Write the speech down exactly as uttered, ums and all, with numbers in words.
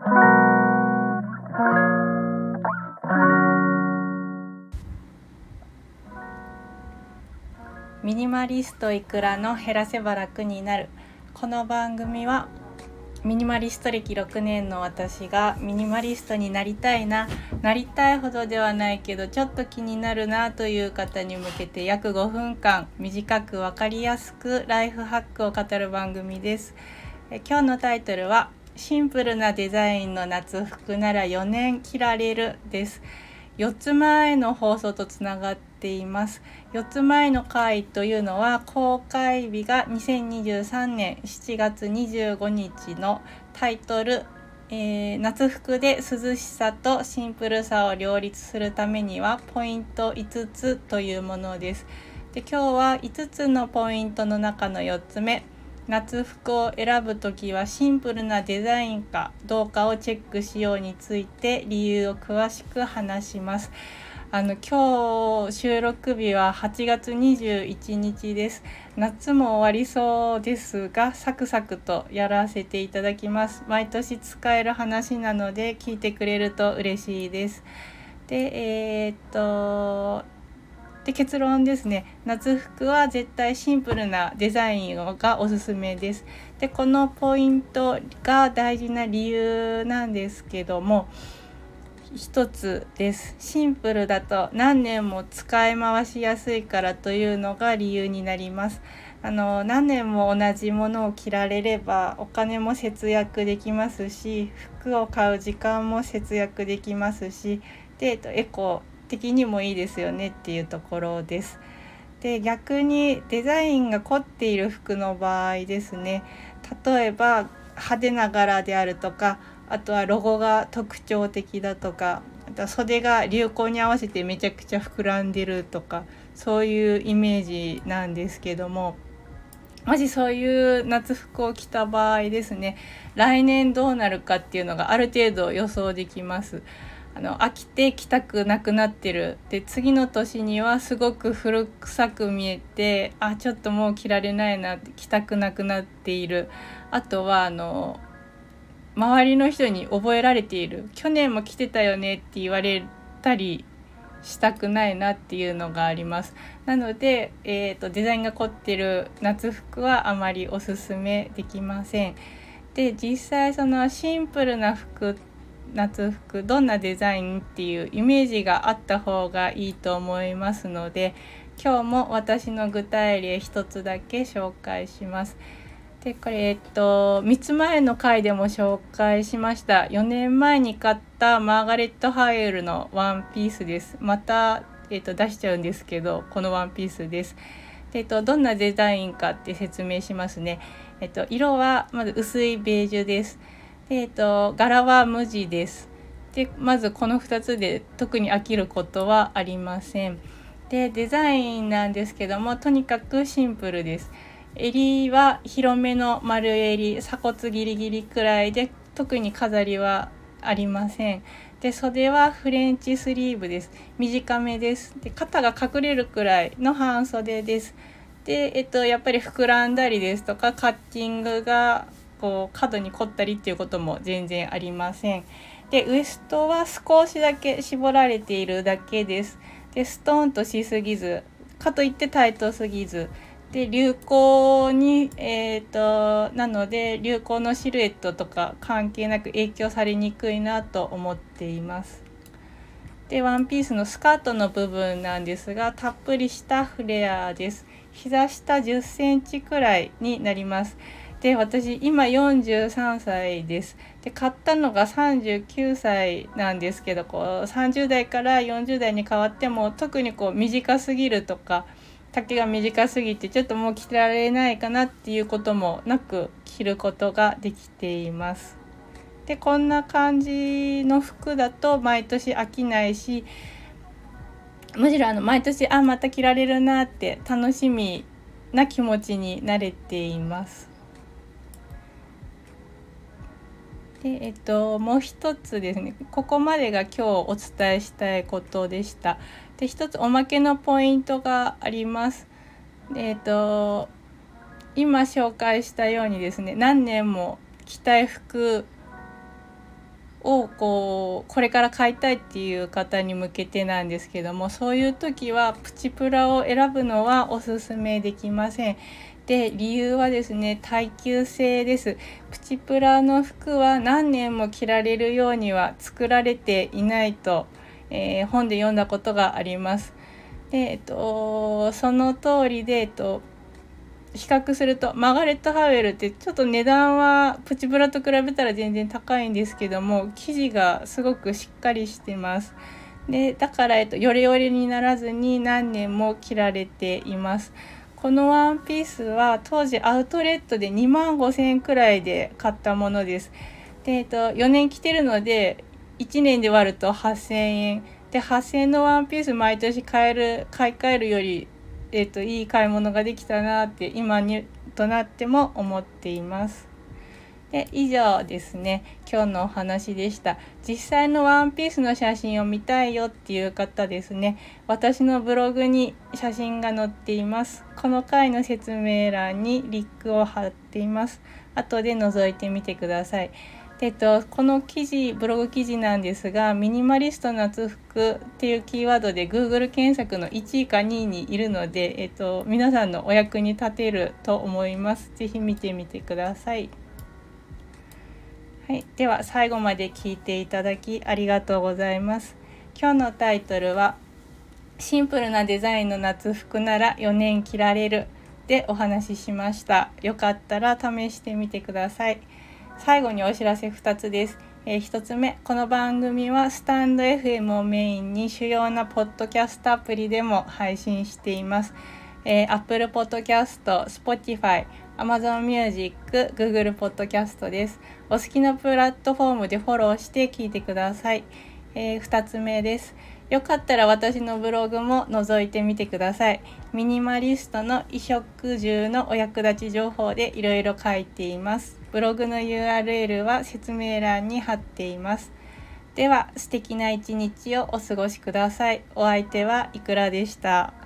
ミニマリストいくらの減らせば楽になる。この番組はミニマリスト歴ろくねんの私がミニマリストになりたいな、なりたいほどではないけどちょっと気になるなという方に向けて約ごふんかん短く分かりやすくライフハックを語る番組です。え今日のタイトルはシンプルなデザインの夏服ならよねん着られるです。よっつまえの放送とつながっています。よっつまえの回というのは公開日がにせんにじゅうさんねんしちがつにじゅうごにちのタイトル、えー、夏服で涼しさとシンプルさを両立するためにはポイントいつつというものです。で今日はいつつのポイントの中のよっつめ、夏服を選ぶときはシンプルなデザインかどうかをチェックしようについて理由を詳しく話します。あの今日収録日ははちがつにじゅういちにちです。夏も終わりそうですがサクサクとやらせていただきます。毎年使える話なので聞いてくれると嬉しいです。でえー、っとで結論ですね。夏服は絶対シンプルなデザインがおすすめです。でこのポイントが大事な理由なんですけども、一つです。シンプルだと何年も使い回しやすいからというのが理由になります。あの何年も同じものを着られればお金も節約できますし、服を買う時間も節約できますし、でエコ的にもいいですよねっていうところです。で逆にデザインが凝っている服の場合ですね、例えば派手な柄であるとか、あとはロゴが特徴的だとか、あとは袖が流行に合わせてめちゃくちゃ膨らんでるとか、そういうイメージなんですけども、もしそういう夏服を着た場合ですね、来年どうなるかっていうのがある程度予想できます。あの飽きて着たくなくなってる。で次の年にはすごく古臭く見えて、あちょっともう着られないなって、着たくなくなっている。あとはあの周りの人に覚えられている。去年も着てたよねって言われたりしたくないなっていうのがあります。なので、えーと、デザインが凝ってる夏服はあまりおすすめできません。で実際そのシンプルな服、夏服どんなデザインっていうイメージがあった方がいいと思いますので、今日も私の具体例一つだけ紹介します。でこれ、えっと、みっつまえの回でも紹介しましたよねんまえに買ったマーガレット・ハイエルのワンピースです。また、えっと、出しちゃうんですけど、このワンピースです。で、えっと、どんなデザインかって説明しますね。えっと、色はまず薄いベージュです。で、えっと、柄は無地です。でまずこのふたつで特に飽きることはありません。でデザインなんですけども、とにかくシンプルです。襟は広めの丸襟、鎖骨ギリギリくらいで特に飾りはありません。で袖はフレンチスリーブです。短めです。で肩が隠れるくらいの半袖です。で、えっと、やっぱり膨らんだりですとかカッティングがこう角に凝ったりっていうことも全然ありません。でウエストは少しだけ絞られているだけです。でストーンとしすぎず、かといってタイトすぎずで流行に、えーと、なので流行のシルエットとか関係なく影響されにくいなと思っています。でワンピースのスカートの部分なんですが、たっぷりしたフレアです。膝下じゅっセンチくらいになります。で私今よんじゅうさんさいです。で買ったのがさんじゅうきゅうさいなんですけど、こうさんじゅうだいからよんじゅうだいに変わっても特にこう短すぎるとか丈が短すぎてちょっともう着られないかなっていうこともなく着ることができています。でこんな感じの服だと毎年飽きないし、むしろあの毎年あまた着られるなって楽しみな気持ちになれています。でえっと、もう一つですね、ここまでが今日お伝えしたいことでした。で一つおまけのポイントがあります。でえっと今紹介したようにですね、何年も着たい服こうこれから買いたいっていう方に向けてなんですけども、そういう時はプチプラを選ぶのはおすすめできません。で、理由はですね、耐久性です。プチプラの服は何年も着られるようには作られていないと、えー、本で読んだことがあります。で、えっと、その通りで、えっと、比較するとマーガレット・ハウエルってちょっと値段はプチプラと比べたら全然高いんですけども、生地がすごくしっかりしてます。で、だから、えっと、ヨレヨレにならずに何年も着られています。このワンピースは当時アウトレットでにまんごせんえんくらいで買ったものです。で、えっと、よねん着てるのでいちねんで割るとはっせんえんで、はっせんえんのワンピース毎年買える買い替えるより、えっと、いい買い物ができたなって今にとなっても思っています。で、以上ですね、今日のお話でした。実際のワンピースの写真を見たいよっていう方ですね、私のブログに写真が載っています。この回の説明欄にリンクを貼っています。後で覗いてみてください。で、えっと、この記事、ブログ記事なんですが、ミニマリスト夏服っていうキーワードで Google 検索のいちいかにいにいるので、えっと、皆さんのお役に立てると思います。ぜひ見てみてください。はい、では最後まで聞いていただきありがとうございます。今日のタイトルはシンプルなデザインの夏服ならよねん着られるでお話ししました。よかったら試してみてください。最後にお知らせふたつです。えー、ひとつめ、この番組はスタンド エフエム をメインに主要なポッドキャストアプリでも配信しています。えー、Apple Podcast、Spotify、Amazon Music、Google Podcast です。お好きなプラットフォームでフォローして聞いてください。えー、ふたつめです。よかったら私のブログも覗いてみてください。ミニマリストの衣食住のお役立ち情報でいろいろ書いています。ブログの ユーアールエル は説明欄に貼っています。では、素敵な一日をお過ごしください。お相手はいくらでした。